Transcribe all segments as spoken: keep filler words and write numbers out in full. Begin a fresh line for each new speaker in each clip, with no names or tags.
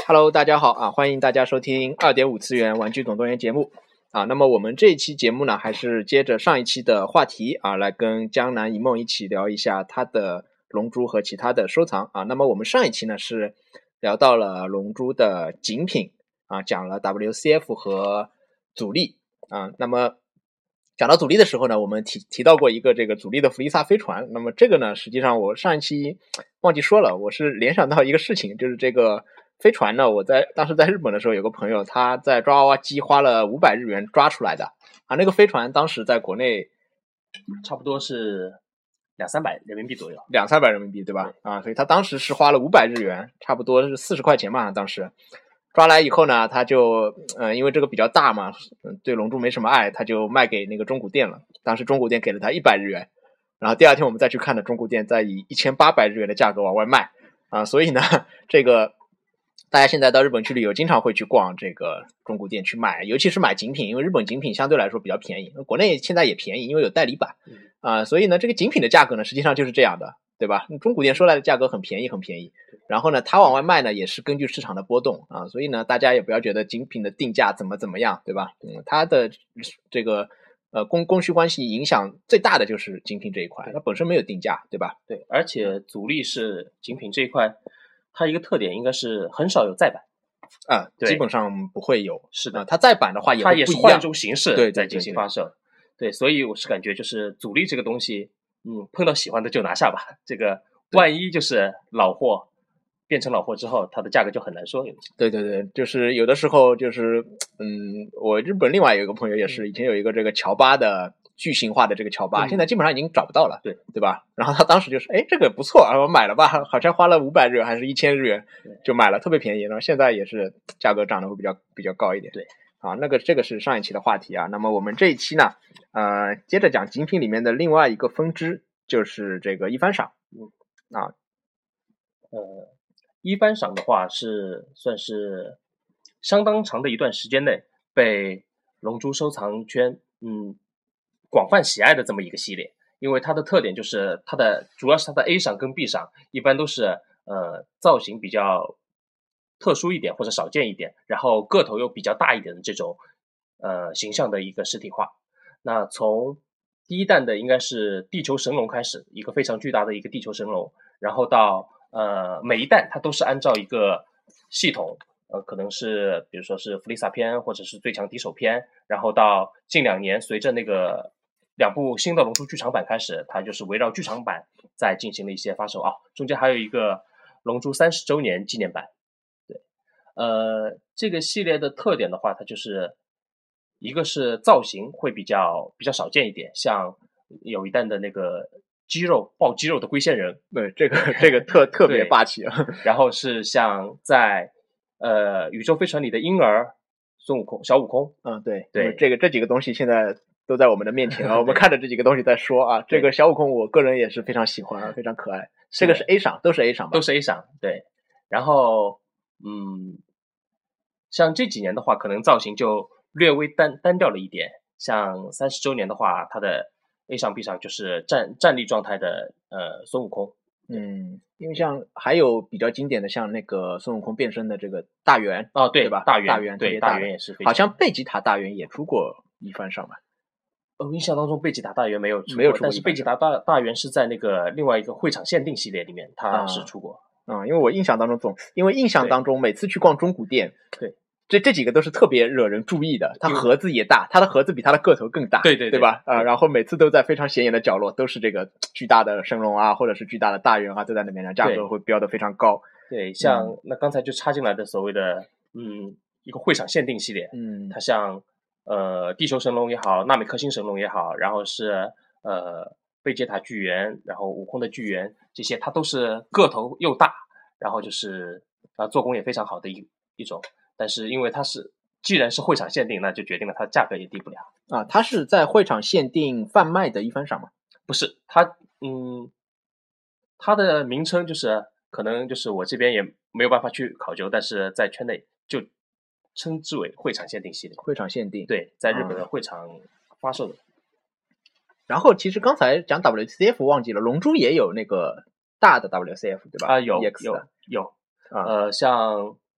Hello， 大家好啊，欢迎大家收听 二点五 次元玩具总动员节目啊。那么我们这一期节目呢，还是接着上一期的话题啊，来跟江南一梦一起聊一下他的龙珠和其他的收藏啊。那么我们上一期呢是聊到了龙珠的精品啊，讲了 W C F 和阻力啊。那么讲到阻力的时候呢，我们提提到过一个这个阻力的弗利萨飞船。那么这个呢，实际上我上一期忘记说了，我是联想到一个事情，就是这个飞船呢，我在当时在日本的时候，有个朋友他在抓娃娃机花了五百日元抓出来的啊。那个飞船当时在国内
差不多是两三百人民币左右，
两三百人民币对吧？对啊，所以他当时是花了五百日元，差不多是四十块钱嘛。当时抓来以后呢，他就呃因为这个比较大嘛，对龙珠没什么爱，他就卖给那个中古店了。当时中古店给了他一百日元，然后第二天我们再去看的中古店再以一千八百日元的价格往外卖啊。所以呢，这个大家现在到日本去旅游，经常会去逛这个中古店去买，尤其是买精品，因为日本精品相对来说比较便宜，国内现在也便宜，因为有代理版啊、呃，所以呢，这个精品的价格呢，实际上就是这样的，对吧？中古店说来的价格很便宜，很便宜。然后呢，它往外卖呢，也是根据市场的波动啊，所以呢，大家也不要觉得精品的定价怎么怎么样，对吧？嗯，它的这个呃供供需关系影响最大的就是精品这一块，它本身没有定价，对吧？
对，而且阻力是精品这一块。它一个特点应该是很少有再版
啊、呃，基本上不会有。
是的，
呃、它再版的话也
它也是换一种形式在进行发售。
对, 对, 对,
对, 对，所以我是感觉就是阻力这个东西，嗯，碰到喜欢的就拿下吧。这个万一就是老货变成老货之后，它的价格就很难说。
对对对，就是有的时候就是，嗯，我日本另外有一个朋友也是，以前有一个这个乔巴的巨型化的这个乔巴、嗯，现在基本上已经找不到了，
对
对吧？然后他当时就是，哎，这个不错啊，我买了吧，好像花了五百日元还是一千日元就买了，特别便宜。然后现在也是价格涨得会比较比较高一点。
对，
啊，那个这个是上一期的话题啊。那么我们这一期呢，呃，接着讲精品里面的另外一个分支，就是这个一番赏。
嗯
啊，
呃，一番赏的话是算是相当长的一段时间内被龙珠收藏圈嗯广泛喜爱的这么一个系列，因为它的特点就是它的主要是它的 A 赏跟 B 赏一般都是呃造型比较特殊一点或者少见一点，然后个头又比较大一点的这种呃形象的一个实体化。那从第一弹的应该是地球神龙开始，一个非常巨大的一个地球神龙，然后到呃每一弹它都是按照一个系统，呃可能是比如说是弗利萨篇或者是最强敌手篇，然后到近两年随着那个两部新的龙珠剧场版开始，它就是围绕剧场版在进行了一些发售啊。中间还有一个龙珠三十周年纪念版。对，呃这个系列的特点的话，它就是一个是造型会比较比较少见一点，像有一弹的那个肌肉爆肌肉的龟仙人，
对，这个这个特特别霸气啊。
然后是像在呃宇宙飞船里的婴儿孙悟空、小悟空，
嗯，对
对，
这个这几个东西现在都在我们的面前啊，我们看着这几个东西在说啊。这个小悟空我个人也是非常喜欢，非常可爱。这个是 A 赏，都是 A 赏吧？
都是 A 赏，对。然后嗯，像这几年的话，可能造型就略微单单调了一点。像三十周年的话，它的 A 赏 B 赏就是站站立状态的呃孙悟空。
嗯，因为像还有比较经典的，像那个孙悟空变身的这个大圆
哦，对
对吧？
大圆，
大圆
对大圆也是非常，
好像贝吉塔大圆也出过一番赏吧？
呃，印象当中贝吉塔大圆没有出过，
没有出过，
但是贝吉塔大大圆是在那个另外一个会场限定系列里面，它是出过。
啊、嗯，因为我印象当中总，因为印象当中每次去逛中古店，
对。
这这几个都是特别惹人注意的，它盒子也大，它的盒子比它的个头更大，
对对
对, 对吧？啊、呃，然后每次都在非常显眼的角落，都是这个巨大的神龙啊，或者是巨大的大圆啊，都在那边，价格会标得非常高。
对，像、嗯、那刚才就插进来的所谓的嗯一个会场限定系列，
嗯，
它像呃地球神龙也好，纳美克星神龙也好，然后是呃贝吉塔巨猿，然后悟空的巨猿，这些它都是个头又大，然后就是啊、呃、做工也非常好的一一种，但是因为它是。既然是会场限定，那就决定了它价格也低不了
啊。它是在会场限定贩卖的一番赏吗？
不是，它嗯，它的名称就是可能就是我这边也没有办法去考究，但是在圈内就称之为会场限定系列。
会场限定，
对，在日本的会场发售的。嗯、
然后其实刚才讲 W C F 忘记了，龙珠也有那个大的 W C F 对吧？
啊，有有有啊，呃，像。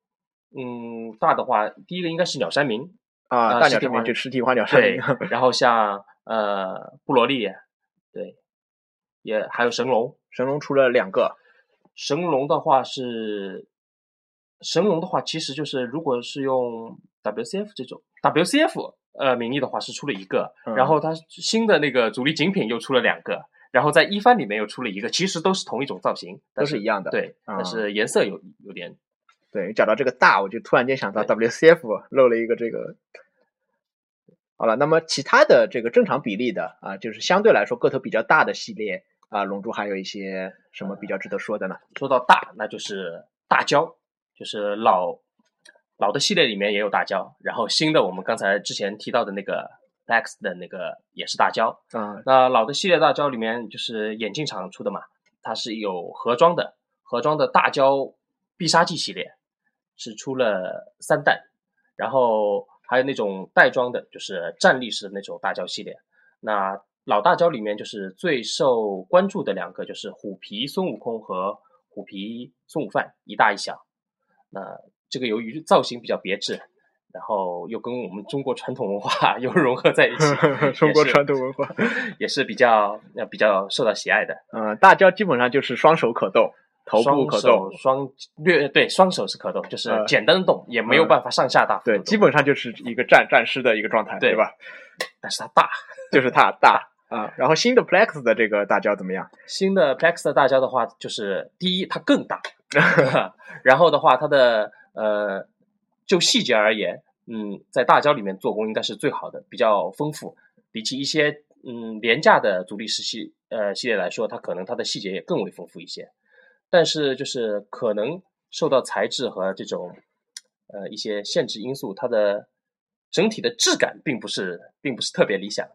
嗯，大的话，第一个应该是鸟山明
啊，
呃，
大
实体化
鸟山明就实体化鸟山
对
明，，
然后像呃布罗利，对，也还有神龙。
神龙出了两个，
神龙的话是，神龙的话其实就是如果是用 W C F 这种 W C F 呃名义的话是出了一个，
嗯
然后它新的那个主力精品又出了两个，然后在一番里面又出了一个，其实都是同一种造型，但
都是一样的
对，
嗯
但是颜色有有点
对，讲到这个大，我就突然间想到
对
W C F 漏了一个这个。好了，那么其他的这个正常比例的啊，就是相对来说个头比较大的系列啊，龙珠还有一些什么比较值得说的呢？
说到大，那就是大胶，就是老老的系列里面也有大胶，然后新的我们刚才之前提到的那个 X 的那个也是大胶。
啊，
那老的系列大胶里面就是眼镜厂出的嘛，它是有盒装的，盒装的大胶必杀技系列是出了三弹，然后还有那种袋装的，就是站立式的那种大胶系列。那老大胶里面就是最受关注的两个，就是虎皮孙悟空和虎皮孙悟饭，一大一小。那这个由于造型比较别致，然后又跟我们中国传统文化又融合在一起，
中国传统文化，
也是比较呃比较受到喜爱的。
嗯、呃，大胶基本上就是双手可动，头部可动，
双略对双手是可动，就是
呃
简单的动，也没有办法上下大幅度
对，
动
基本上就是一个战战狮的一个状态，
对
对吧？
但是它大，
就是它大啊。然后新的 Plex 的这个大胶怎么样？
新的 Plex 的大胶的话，就是第一它更大，然后的话它的呃就细节而言，嗯，在大胶里面做工应该是最好的，比较丰富，比起一些嗯廉价的足力士系呃系列来说，它可能它的细节也更为丰富一些。但是就是可能受到材质和这种呃一些限制因素，它的整体的质感并不是并不是特别理想，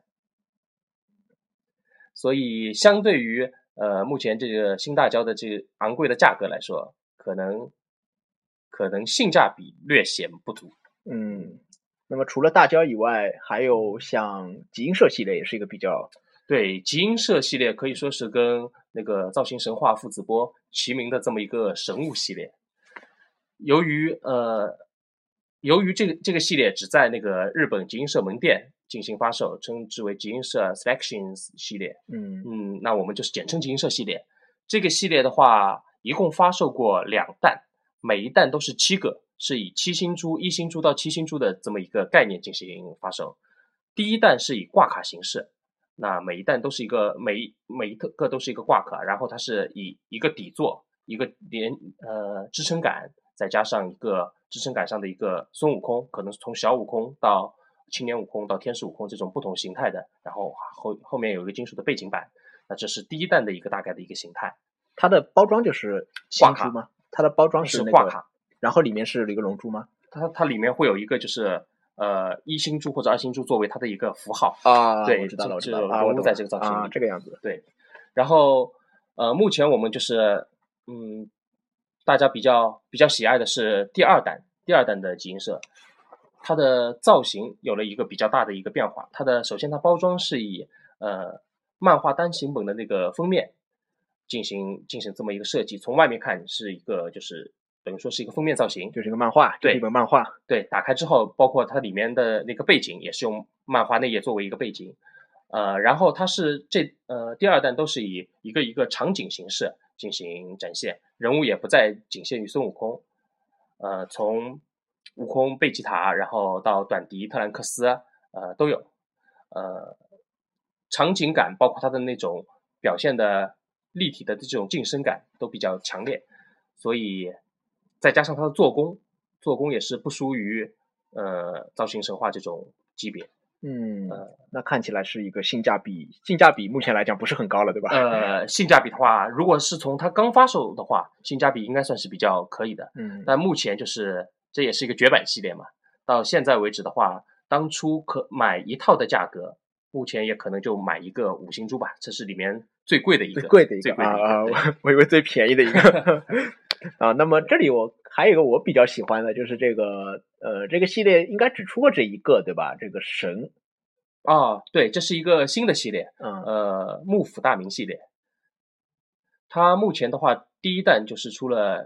所以相对于呃目前这个新大胶的这个昂贵的价格来说，可能可能性价比略显不足。
嗯，那么除了大胶以外，还有像集英社系列也是一个比较
对，集英社系列可以说是跟那个造型神话父子波齐名的这么一个神物系列。由于呃，由于这个这个系列只在那个日本集英社门店进行发售，称之为集英社 Selections 系列。
嗯
嗯，那我们就是简称集英社系列。这个系列的话，一共发售过两弹，每一弹都是七个，是以七星珠、一星珠到七星珠的这么一个概念进行发售。第一弹是以挂卡形式，那每一弹都是一个每一每一个都是一个挂卡，然后它是以一个底座、一个连呃支撑杆，再加上一个支撑杆上的一个孙悟空，可能是从小悟空到青年悟空到天使悟空这种不同形态的，然后后后面有一个金属的背景板。那这是第一弹的一个大概的一个形态。
它的包装就是挂卡吗？它的包装
是
那个
挂卡，
然后里面是一个龙珠吗？
它它里面会有一个就是呃一星珠或者二星珠作为它的一个符号
啊，
对，
我知道了，我知
就
道了，啊，
融入在这个造型里、
啊，这个样子。
对，然后呃，目前我们就是嗯，大家比较比较喜爱的是第二弹，第二弹的集英社，它的造型有了一个比较大的一个变化。它的首先它包装是以呃漫画单行本的那个封面进行进行这么一个设计，从外面看是一个就是等于说是一个封面造型，
就是一个漫画，
对，
就是一本漫画。
对，打开之后，包括它里面的那个背景也是用漫画内页作为一个背景，呃，然后它是这呃第二弹都是以一个一个场景形式进行展现，人物也不再仅限于孙悟空，呃，从悟空、贝吉塔，然后到短笛、特兰克斯，呃，都有，呃，场景感包括它的那种表现的立体的这种近身感都比较强烈，所以再加上它的做工。做工也是不输于呃造型神话这种级别。
嗯，呃、那看起来是一个性价比，性价比目前来讲不是很高了，对吧？
呃，性价比的话，如果是从它刚发售的话，性价比应该算是比较可以的。
嗯，
但目前就是这也是一个绝版系列嘛，到现在为止的话，当初可买一套的价格，目前也可能就买一个五星珠吧，这是里面最贵的一个，
最贵的一个，
最贵的一个
啊，我我以为最便宜的一个。啊，那么这里我还有一个我比较喜欢的，就是这个呃，这个系列应该只出过这一个，对吧？这个神
啊，对，这是一个新的系列，
嗯，
呃，幕府大名系列。它目前的话，第一弹就是出了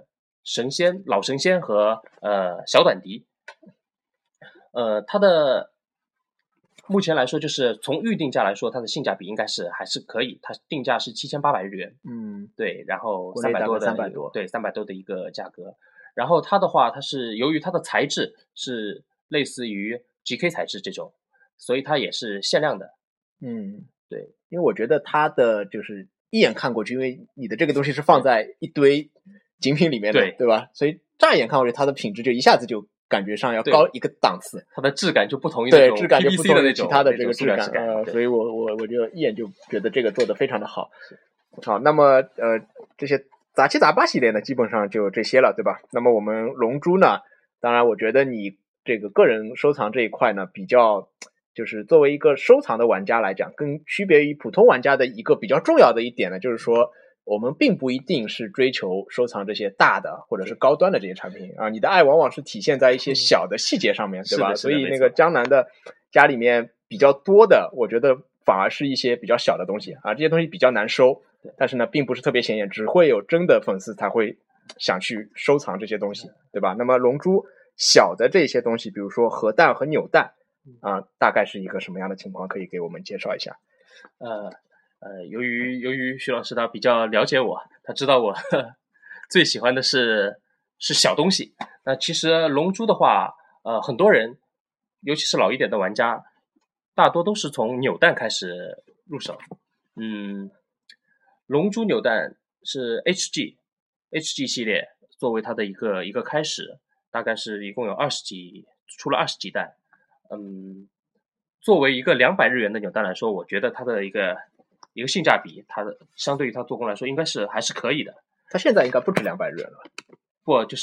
神仙、老神仙和呃小短笛。呃，它的目前来说，就是从预定价来说，它的性价比应该是还是可以。它定价是七千八百日元，
嗯，
对，然后
国内大概
三百多的
三百多，
对，三百多的一个价格。然后它的话，它是由于它的材质是类似于 G K 材质这种，所以它也是限量的。
嗯，
对，
因为我觉得它的就是一眼看过去，因为你的这个东西是放在一堆精品里面的，
对
对吧？所以乍一眼看过去，它的品质就一下子就感觉上要高一个档次，
它的质感就不同于
对，
那种
质感就不
P V C 的那
同于其他的
种那种
这个质感，
塑料质感。
呃，
对
所以我我我就一眼就觉得这个做的非常的好。好，那么呃这些杂七杂八系列呢，基本上就这些了，对吧？那么我们龙珠呢，当然我觉得你这个个人收藏这一块呢，比较就是作为一个收藏的玩家来讲，更区别于普通玩家的一个比较重要的一点呢，就是说我们并不一定是追求收藏这些大的或者是高端的这些产品啊，你的爱往往是体现在一些小的细节上面，对吧？所以那个江南的家里面比较多的，我觉得反而是一些比较小的东西啊，这些东西比较难收，但是呢，并不是特别显眼，只会有真的粉丝才会想去收藏这些东西，对吧？那么龙珠小的这些东西，比如说核弹和扭蛋啊，大概是一个什么样的情况？可以给我们介绍一下？
呃呃，由于由于徐老师他比较了解我，他知道我呵呵最喜欢的是是小东西。那其实龙珠的话，呃，很多人，尤其是老一点的玩家，大多都是从扭蛋开始入手。嗯，龙珠扭蛋是 H G H G 系列作为它的一个一个开始，大概是一共有二十几，出了二十几代。嗯，作为一个两百日元的扭蛋来说，我觉得它的一个一个性价比，它的相对于它做工来说，应该是还是可以的。
它现在应该不止两百日元了
不，就是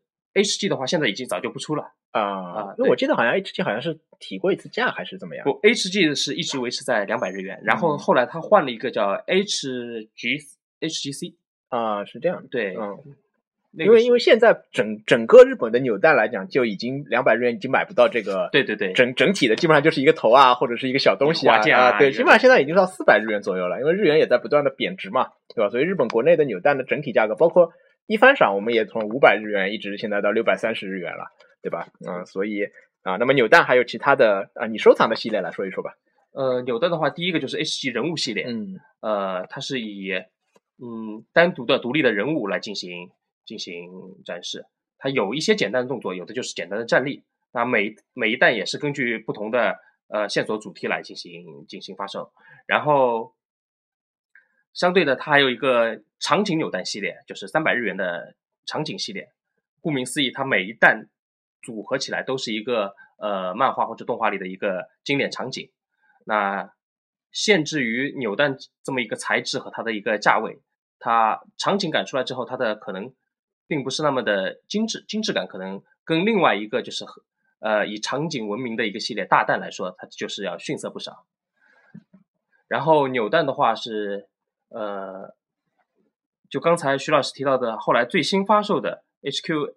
H G 的话，现在已经早就不出了
啊、
啊。
因为我记得好像 H G 好像是提过一次价，还是怎么样？
不 ，H G 是一直维持在两百日元，然后后来它换了一个叫 H G H G C
啊，是这样的，
对，
嗯。
那
因为因为现在整整个日本的扭蛋来讲，就已经两百日元已经买不到这个，
对对对，
整整体的基本上就是一个头啊，或者是一个小东西啊，
啊
啊对，基本上现在已经到四百日元左右了，因为日元也在不断的贬值嘛，对吧？所以日本国内的扭蛋的整体价格，包括一番赏，我们也从五百日元一直现在到六百三十日元了，对吧？嗯，所以啊，那么扭蛋还有其他的啊，你收藏的系列来说一说吧。
呃，扭蛋的话，第一个就是 H G 人物系列，
嗯，
呃，它是以嗯单独的独立的人物来进行进行展示，它有一些简单的动作，有的就是简单的站立。那每每一弹也是根据不同的呃线索主题来进行进行发售。然后相对的，它还有一个场景扭蛋系列，就是三百日元的场景系列。顾名思义，它每一弹组合起来都是一个呃漫画或者动画里的一个经典场景。那限制于扭蛋这么一个材质和它的一个价位，它场景感出来之后，它的可能并不是那么的精致，精致感可能跟另外一个就是呃以场景闻名的一个系列大蛋来说，它就是要逊色不少。然后扭蛋的话是呃，就刚才徐老师提到的，后来最新发售的 H Q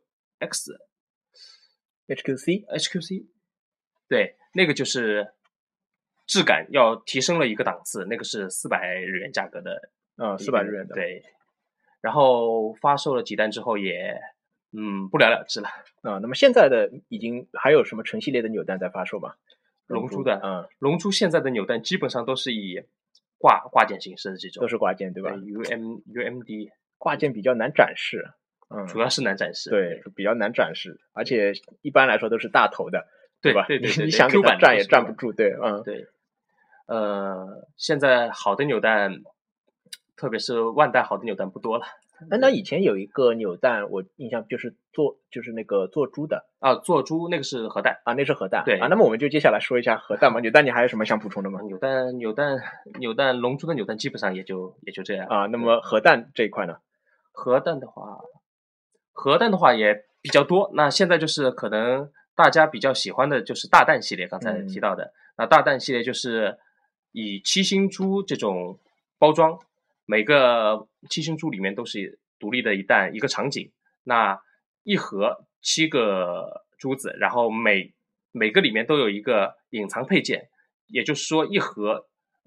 X、H
Q C、
H Q C， 对，那个就是质感要提升了一个档次，那个是四百日元价格的，
啊，四百日元的，
对。然后发售了几弹之后也，嗯，不了了之了。
啊，那么现在的已经还有什么成系列的扭蛋在发售吗？
龙珠的，
嗯，
龙珠现在的扭蛋基本上都是以挂挂件形式的这种，
都是挂件对吧？
对 U M U M D
挂件比较难展示，嗯，
主要是难展示，
对，比较难展示，而且一般来说都是大头的，
对
吧？
对对对，
你想给它站也站不住，对，嗯，
对，呃，现在好的扭蛋，特别是万代好的扭蛋不多了。
那那以前有一个扭蛋，我印象就是做就是那个做猪的
啊，做猪那个是核弹
啊，那是核弹，
对
啊，那么我们就接下来说一下核弹嘛。扭蛋你还有什么想补充的吗？
扭蛋扭蛋扭蛋龙珠的扭蛋基本上也就也就这样
啊。那么核弹这一块呢？
核弹的话，核弹的话也比较多。那现在就是可能大家比较喜欢的就是大弹系列，刚才提到的。嗯、那大弹系列就是以七星珠这种包装。每个七星珠里面都是独立的一弹一个场景，那一盒七个珠子，然后每每个里面都有一个隐藏配件，也就是说一盒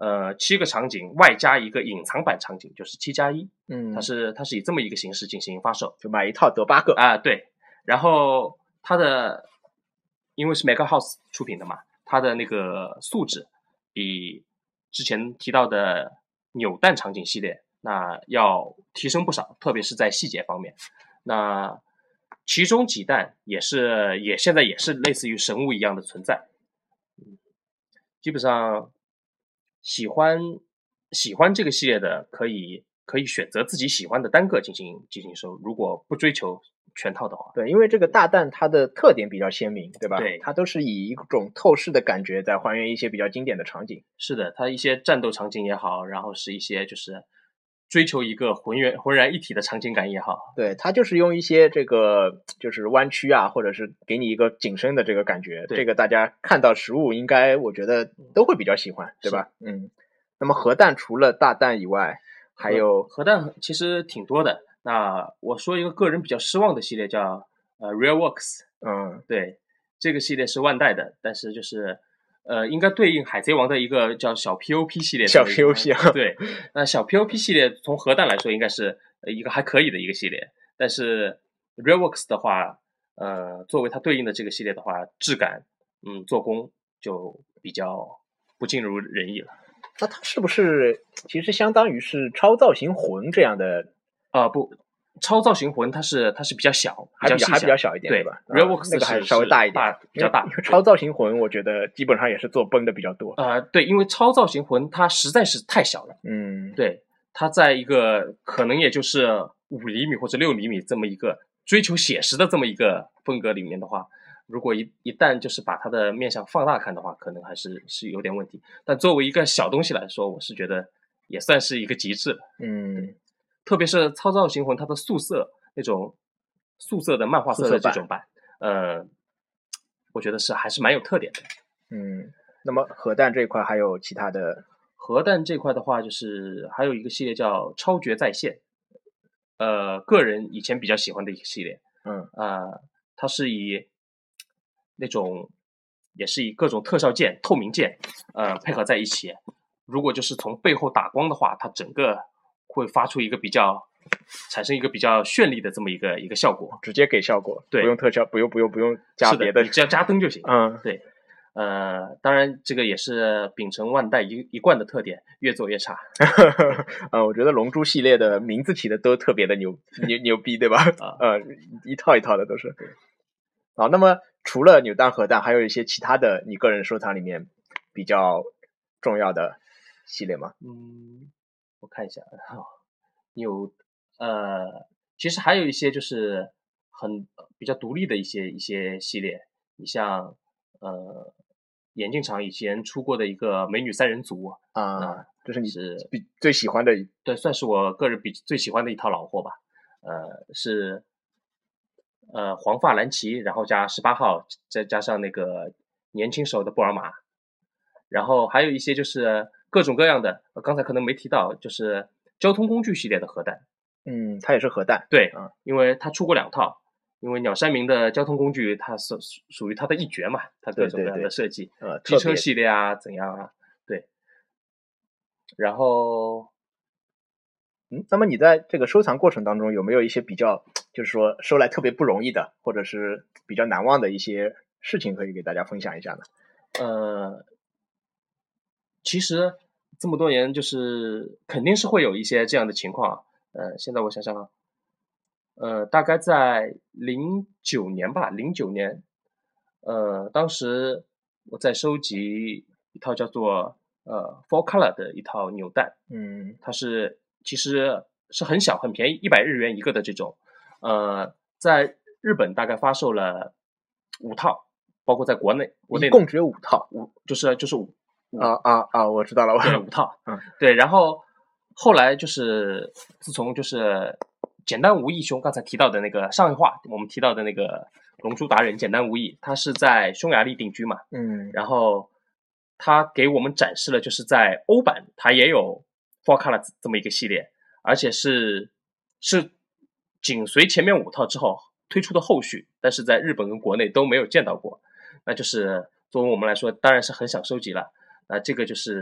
呃七个场景外加一个隐藏版场景，就是七加一。
嗯，
它是它是以这么一个形式进行发售，
就买一套得八个
啊，对。然后它的因为是 Mega House 出品的嘛，它的那个素质比之前提到的扭蛋场景系列那要提升不少，特别是在细节方面。那其中几弹也是也现在也是类似于神物一样的存在。嗯，基本上喜欢喜欢这个系列的可以可以选择自己喜欢的单个进行进行收，如果不追求全套的话。
对，因为这个大弹它的特点比较鲜明，对吧？
对，
它都是以一种透视的感觉在还原一些比较经典的场景。
是的，它一些战斗场景也好，然后是一些就是追求一个浑圆浑然一体的场景感也好。
对，它就是用一些这个就是弯曲啊，或者是给你一个景深的这个感觉，这个大家看到实物应该我觉得都会比较喜欢，对吧？嗯。那么核弹除了大弹以外，还有
核弹其实挺多的。那我说一个个人比较失望的系列叫呃 Realworks。
嗯，
对，这个系列是万代的，但是就是呃应该对应海贼王的一个叫小 P O P 系列。
小 P O P 啊，
对，那小 P O P 系列从核弹来说应该是一个还可以的一个系列，但是 Realworks 的话，呃作为它对应的这个系列的话，质感嗯做工就比较不尽如人意了。
那它是不是其实相当于是超造型魂这样的？
啊、呃、不，超造型魂它是它是比较小，
还比较还比较小一点，
对
吧
？Realworks、
嗯、那个还是稍微大一点，
比较大。
超造型魂我觉得基本上也是做崩的比较多。
呃，对，因为超造型魂它实在是太小了。
嗯，
对，它在一个可能也就是五厘米或者六厘米这么一个追求写实的这么一个风格里面的话，如果一一旦就是把它的面向放大看的话，可能还是是有点问题。但作为一个小东西来说，我是觉得也算是一个极致了。
嗯，
特别是超造型魂，它的素色那种素色的漫画色的这种版，呃，我觉得是还是蛮有特点的。
嗯，那么核弹这一块还有其他的？
核弹这块的话，就是还有一个系列叫超绝在线，呃，个人以前比较喜欢的一个系列。
嗯，
啊、呃，它是以那种也是以各种特效键、透明键，呃，配合在一起。如果就是从背后打光的话，它整个会发出一个比较产生一个比较绚丽的这么一个一个效果，
直接给效果，
对，
不用特效，不用不用不用加别
的，你只要加灯就行。
嗯，
对，呃，当然这个也是秉承万代一一贯的特点，越做越差。
呃，我觉得龙珠系列的名字起的都特别的牛牛牛逼，对吧？
啊，
呃，一套一套的都是。好，那么除了扭蛋核弹，还有一些其他的你个人收藏里面比较重要的系列吗？
嗯，我看一下，有呃，其实还有一些就是很比较独立的一些一些系列，你像呃，眼镜厂以前出过的一个美女三人组
啊，这是你
是
比最喜欢的，
对，算是我个人比最喜欢的一套老货吧。呃，是呃黄发蓝旗，然后加十八号，再加上那个年轻时候的布尔玛，然后还有一些就是各种各样的，刚才可能没提到，就是交通工具系列的核弹。
嗯，它也是核弹，
对，
啊，
因为它出过两套，因为鸟山明的交通工具它是属于它的一绝嘛，它各种各样的设计，
对对对呃，
机车系列啊怎样啊，对。然后，
嗯，那么你在这个收藏过程当中有没有一些比较，就是说收来特别不容易的，或者是比较难忘的一些事情可以给大家分享一下呢？
呃，其实这么多年，就是肯定是会有一些这样的情况。呃，现在我想想啊，呃，大概在零九年吧，零九年，呃，当时我在收集一套叫做呃 Four Color 的一套扭蛋，
嗯，
它是其实是很小很便宜，一百日元一个的这种，呃，在日本大概发售了五套，包括在国内，国内
一共只有五套，
五就是就是五
啊啊啊，我知道了，
对五套，
嗯，
对，然后后来就是自从就是简单无益兄刚才提到的那个上一话我们提到的那个龙珠达人简单无益，他是在匈牙利定居嘛，
嗯，
然后他给我们展示了就是在欧版他也有 Four Color 这么一个系列，而且是是紧随前面五套之后推出的后续，但是在日本跟国内都没有见到过，那就是作为我们来说当然是很想收集了。那这个就是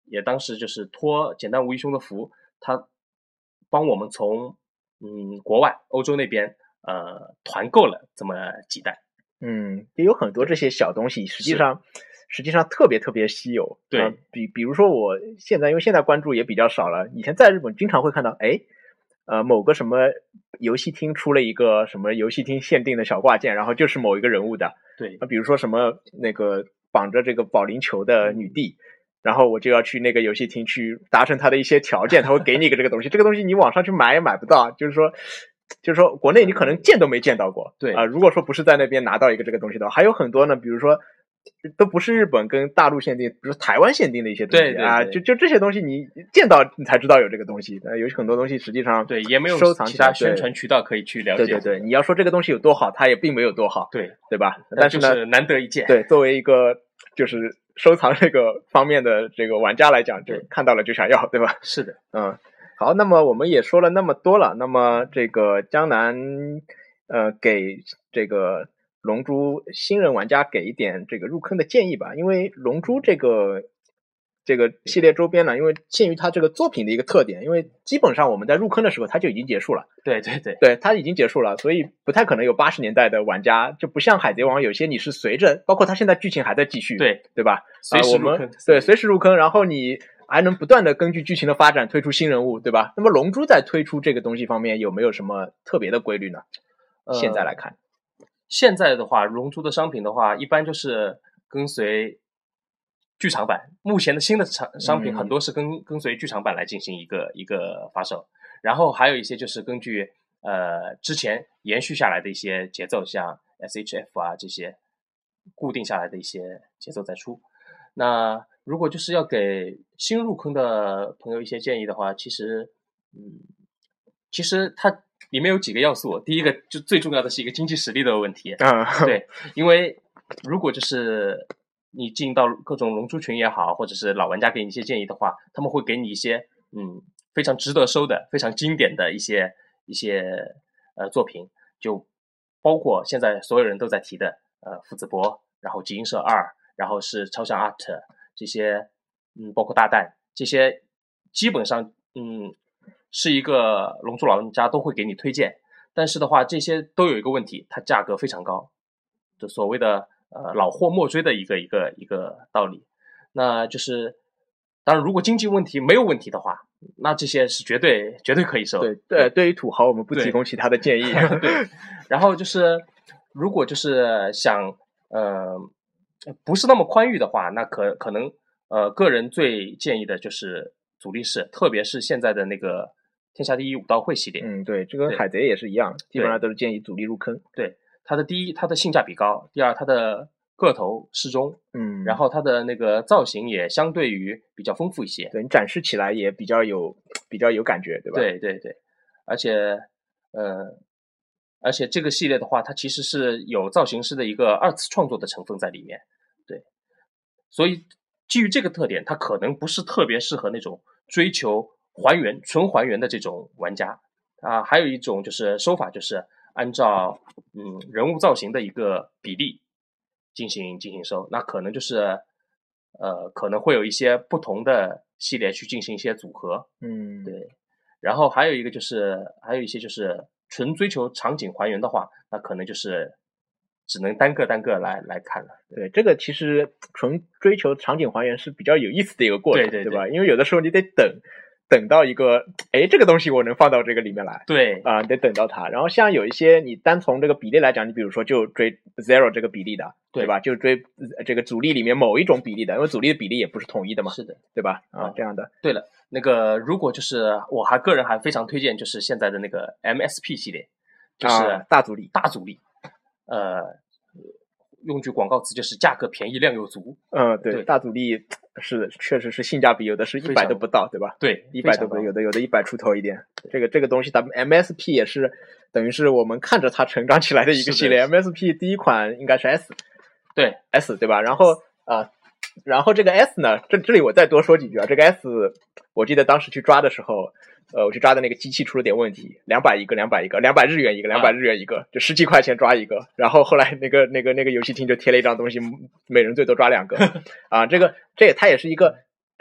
也当时就是托简单无疑兄的福，他帮我们从嗯国外欧洲那边呃团购了这么几代。
嗯，也有很多这些小东西，实际上实际上特别特别稀有。
对，
呃、比比如说我现在因为现在关注也比较少了，以前在日本经常会看到，哎，呃，某个什么游戏厅出了一个什么游戏厅限定的小挂件，然后就是某一个人物的。
对，
比如说什么那个绑着这个保龄球的女帝。嗯，然后我就要去那个游戏厅去达成他的一些条件，他会给你一个这个东西。这个东西你网上去买也买不到，就是说，就是说国内你可能见都没见到过。
对
啊、呃，如果说不是在那边拿到一个这个东西的话，还有很多呢，比如说都不是日本跟大陆限定，比如台湾限定的一些东西。
对对对
啊，就就这些东西你见到你才知道有这个东西。呃，有很多东西实际上
对也没有
收藏
其他宣传渠道可以去了解。
对对对，你要说这个东西有多好，它也并没有多好。
对
对吧？但是呢，
就是难得一见。
对，作为一个就是收藏这个方面的这个玩家来讲，就看到了就想要，对吧？
是的，
嗯，好，那么我们也说了那么多了，那么这个江南呃给这个龙珠新人玩家给一点这个入坑的建议吧，因为龙珠这个这个系列周边呢，因为鉴于它这个作品的一个特点，因为基本上我们在入坑的时候它就已经结束了。
对对对，
对，它已经结束了，所以不太可能有八十年代的玩家，就不像海贼王有些你是随着，包括它现在剧情还在继续，
对
对吧？
随时入坑，
呃、我们对随时入坑，然后你还能不断的根据剧情的发展推出新人物，对吧？那么龙珠在推出这个东西方面有没有什么特别的规律呢？呃、现在来看，
现在的话，龙珠的商品的话，一般就是跟随剧场版，目前的新的商商品很多是跟、嗯、跟随剧场版来进行一个一个发售，然后还有一些就是根据呃之前延续下来的一些节奏，像 S H F 啊这些固定下来的一些节奏再出。那如果就是要给新入坑的朋友一些建议的话，其实嗯，其实它里面有几个要素，第一个就最重要的是一个经济实力的问题，
嗯，
对，因为如果就是你进到各种龙珠群也好，或者是老玩家给你一些建议的话，他们会给你一些嗯非常值得收的、非常经典的一些一些呃作品，就包括现在所有人都在提的呃父子博，然后集英社二，然后是超像 Art 这些，嗯，包括大蛋这些，基本上嗯是一个龙珠老玩家都会给你推荐，但是的话，这些都有一个问题，它价格非常高，就所谓的。呃，老货莫追的一个一个一个道理，那就是当然，如果经济问题没有问题的话，那这些是绝对绝对可以收。
对对，对于土豪，我们不提供其他的建议。
对，然后就是如果就是想呃不是那么宽裕的话，那可可能呃个人最建议的就是阻力式，特别是现在的那个天下第一武道会系列。
嗯，对，这跟海贼也是一样，基本上都是建议阻力入坑。
对。它的第一，它的性价比高；第二，它的个头适中，
嗯，
然后它的那个造型也相对于比较丰富一些，
对你展示起来也比较有比较有感觉，对吧？
对对对，而且呃，而且这个系列的话，它其实是有造型师的一个二次创作的成分在里面，对，所以基于这个特点，它可能不是特别适合那种追求还原、纯还原的这种玩家啊。还有一种就是收法，就是按照嗯人物造型的一个比例进行进行收，那可能就是呃可能会有一些不同的系列去进行一些组合，
嗯，
对。然后还有一个就是还有一些就是纯追求场景还原的话，那可能就是只能单个单个来来看了。
对，这个其实纯追求场景还原是比较有意思的一个过程，
对对
对, 对吧？因为有的时候你得等。等到一个，哎，这个东西我能放到这个里面来，
对
啊、呃，得等到它。然后像有一些你单从这个比例来讲，你比如说就追 zero 这个比例的， 对, 对吧？就追这个阻力里面某一种比例的，因为阻力的比例也不是统一的嘛，
是的，
对吧？啊、
嗯，
这样的。
对了，那个如果就是我还个人还非常推荐，就是现在的那个 M S P 系列，就是
大阻力，
大阻力，呃。用句广告词就是价格便宜量又足。
嗯，对，
对
大阻力是确实是性价比，有的是一百都不到，对吧？
对，
一百都不，有的有的一百出头一点。这个这个东西，咱们 M S P 也是等于是我们看着它成长起来的一个系列。M S P 第一款应该是 S，
对
S 对吧？然后啊、呃，然后这个 S 呢，这这里我再多说几句啊。这个 S， 我记得当时去抓的时候。呃，我去抓的那个机器出了点问题，两百一个，两百一个，两百日元一个，两百日元一个，就十几块钱抓一个。然后后来那个那个那个游戏厅就贴了一张东西，每人最多抓两个。啊，这个这也它也是一个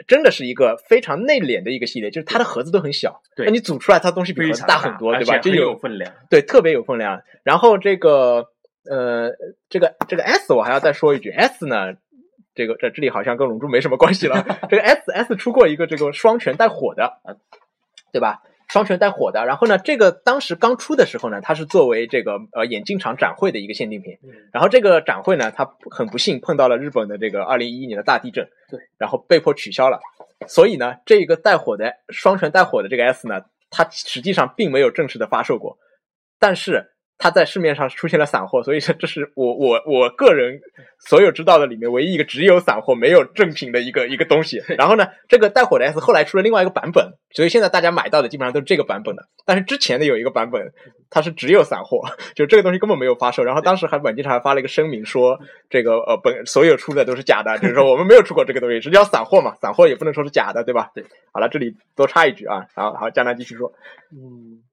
真的是一个非常内敛的一个系列，就是它的盒子都很小，
对，
那你组出来它东西比盒子大很多，对吧？
就有分量，
对，特别有分量。然后这个呃，这个这个 S 我还要再说一句 ，S 呢，这个这这里好像跟龙珠没什么关系了。这个 S S 出过一个这个双拳带火的，对吧？双拳带火的，然后呢，这个当时刚出的时候呢，它是作为这个呃眼镜厂展会的一个限定品。然后这个展会呢，它很不幸碰到了日本的这个二零一一年的大地震，
对，
然后被迫取消了。所以呢，这个带火的双拳带火的这个 S 呢，它实际上并没有正式的发售过，但是它在市面上出现了散货，所以这是我我我个人所有知道的里面唯一一个只有散货没有正品的一个一个东西。然后呢，这个带火的 S 后来出了另外一个版本，所以现在大家买到的基本上都是这个版本的。但是之前的有一个版本，它是只有散货，就这个东西根本没有发售。然后当时还本机厂还发了一个声明说，这个呃本所有出的都是假的，就是说我们没有出过这个东西，是叫散货嘛，散货也不能说是假的，对吧？
对。
好了，这里多插一句啊，然后好，江南继续说。
嗯。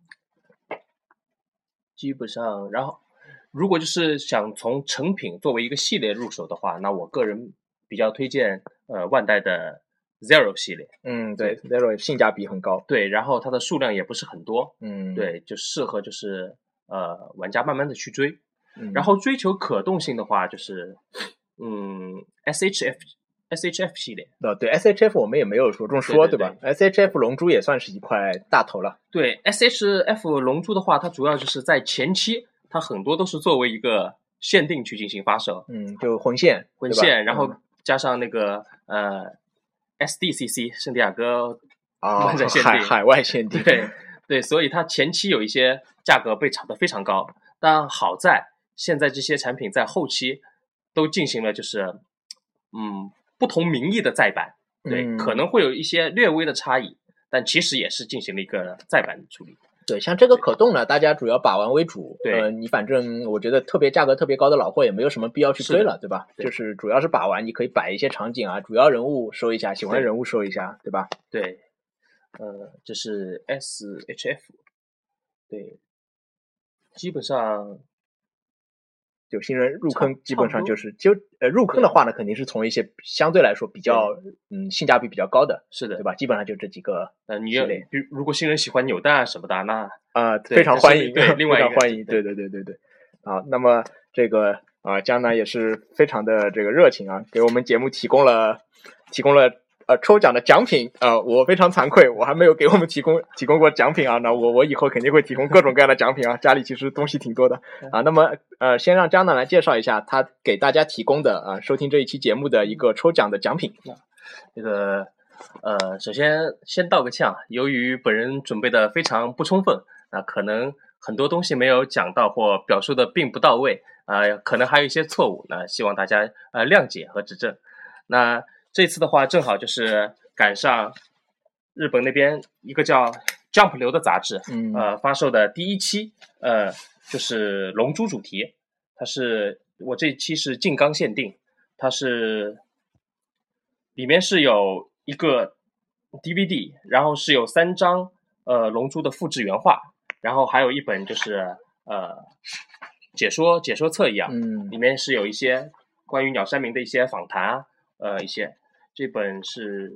基本上，然后如果就是想从成品作为一个系列入手的话，那我个人比较推荐呃万代的 Zero 系列。
嗯，对 ，Zero 性价比很高。
对，然后它的数量也不是很多。
嗯，
对，就适合就是呃玩家慢慢的去追。
嗯、
然后追求可动性的话，就是嗯 S H F S H F 系列。
哦，对 S H F 我们也没有着重说， 对, 对, 对, 对吧 ？S H F 龙珠也算是一块大头了。
对 S H F 龙珠的话，它主要就是在前期，它很多都是作为一个限定去进行发售。
嗯，就魂线，
魂线，然后加上那个、嗯、呃 S D C C 圣地亚哥
啊、
限定、
海海外限定。
对对，所以它前期有一些价格被炒得非常高，但好在现在这些产品在后期都进行了就是嗯。不同名义的再版，对、嗯，可能会有一些略微的差异，但其实也是进行了一个再版的处理。
对，像这个可动呢，大家主要把玩为主。
对，
呃，你反正我觉得特别价格特别高的老货也没有什么必要去追了，对吧？
对，
就是主要是把玩，你可以摆一些场景啊，主要人物收一下，喜欢人物收一下， 对, 对吧？
对，呃，这是 S H F， 对，基本上。
就新人入坑基本上就是就呃入坑的话呢，肯定是从一些相对来说比较嗯性价比比较高的，
是的，
对吧？基本上就这几个
呃你要如果新人喜欢扭蛋啊什么的，那
啊、呃、非常欢迎，
对，另外
非常欢迎，对对对对对。好，那么这个啊江南也是非常的这个热情啊，给我们节目提供了提供了。呃，抽奖的奖品啊、呃，我非常惭愧，我还没有给我们提供提供过奖品啊。那我我以后肯定会提供各种各样的奖品啊，家里其实东西挺多的啊。那么呃，先让江南来介绍一下他给大家提供的啊，收听这一期节目的一个抽奖的奖品。
这个呃，首先先道个歉，由于本人准备的非常不充分，那可能很多东西没有讲到或表述的并不到位啊、呃，可能还有一些错误，那希望大家呃谅解和指正。那这次的话，正好就是赶上日本那边一个叫 Jump 流的杂志，
嗯，
呃，发售的第一期，呃，就是龙珠主题。它是我这一期是静冈限定，它是里面是有一个 D V D， 然后是有三张呃龙珠的复制原画，然后还有一本就是呃解说解说册一样，
嗯，
里面是有一些关于鸟山明的一些访谈啊，呃一些。这本是，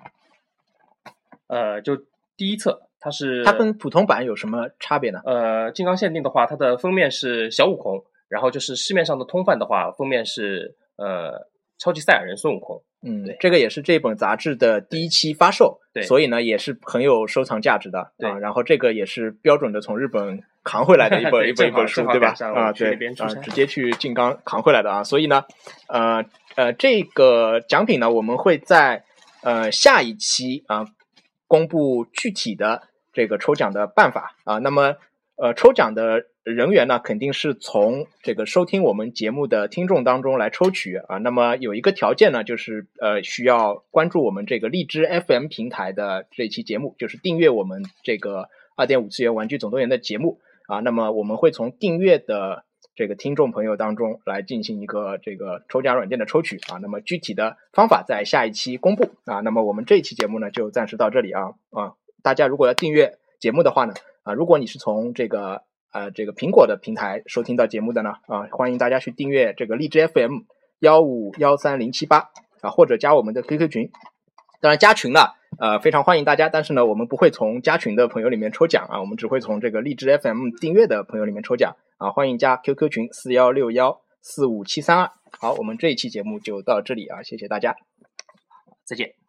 呃，就第一册，它是
它跟普通版有什么差别呢？
呃，静冈限定的话，它的封面是小悟空，然后就是市面上的通贩的话，封面是呃超级赛亚人孙悟空。
嗯，对，这个也是这本杂志的第一期发售，
对，
所以呢也是很有收藏价值的啊。然后这个也是标准的从日本扛回来的一本一本一本书，对吧？啊，对啊，直接去静冈扛回来的啊。所以呢，呃。呃，这个奖品呢，我们会在呃下一期啊、呃、公布具体的这个抽奖的办法啊。那么呃，抽奖的人员呢，肯定是从这个收听我们节目的听众当中来抽取啊。那么有一个条件呢，就是呃需要关注我们这个荔枝 F M 平台的这一期节目，就是订阅我们这个二点五次元玩具总动员的节目啊。那么我们会从订阅的这个听众朋友当中来进行一个这个抽奖软件的抽取啊，那么具体的方法在下一期公布啊。那么我们这一期节目呢就暂时到这里啊啊，大家如果要订阅节目的话呢啊，如果你是从这个呃这个苹果的平台收听到节目的呢啊，欢迎大家去订阅这个荔枝 F M 一五一三零七八啊，或者加我们的 Q Q 群当然加群了，呃，非常欢迎大家，但是呢，我们不会从加群的朋友里面抽奖啊，我们只会从这个荔枝 F M 订阅的朋友里面抽奖啊，欢迎加 Q Q 群四一六一四五七三二。好，我们这一期节目就到这里啊，谢谢大家，
再见。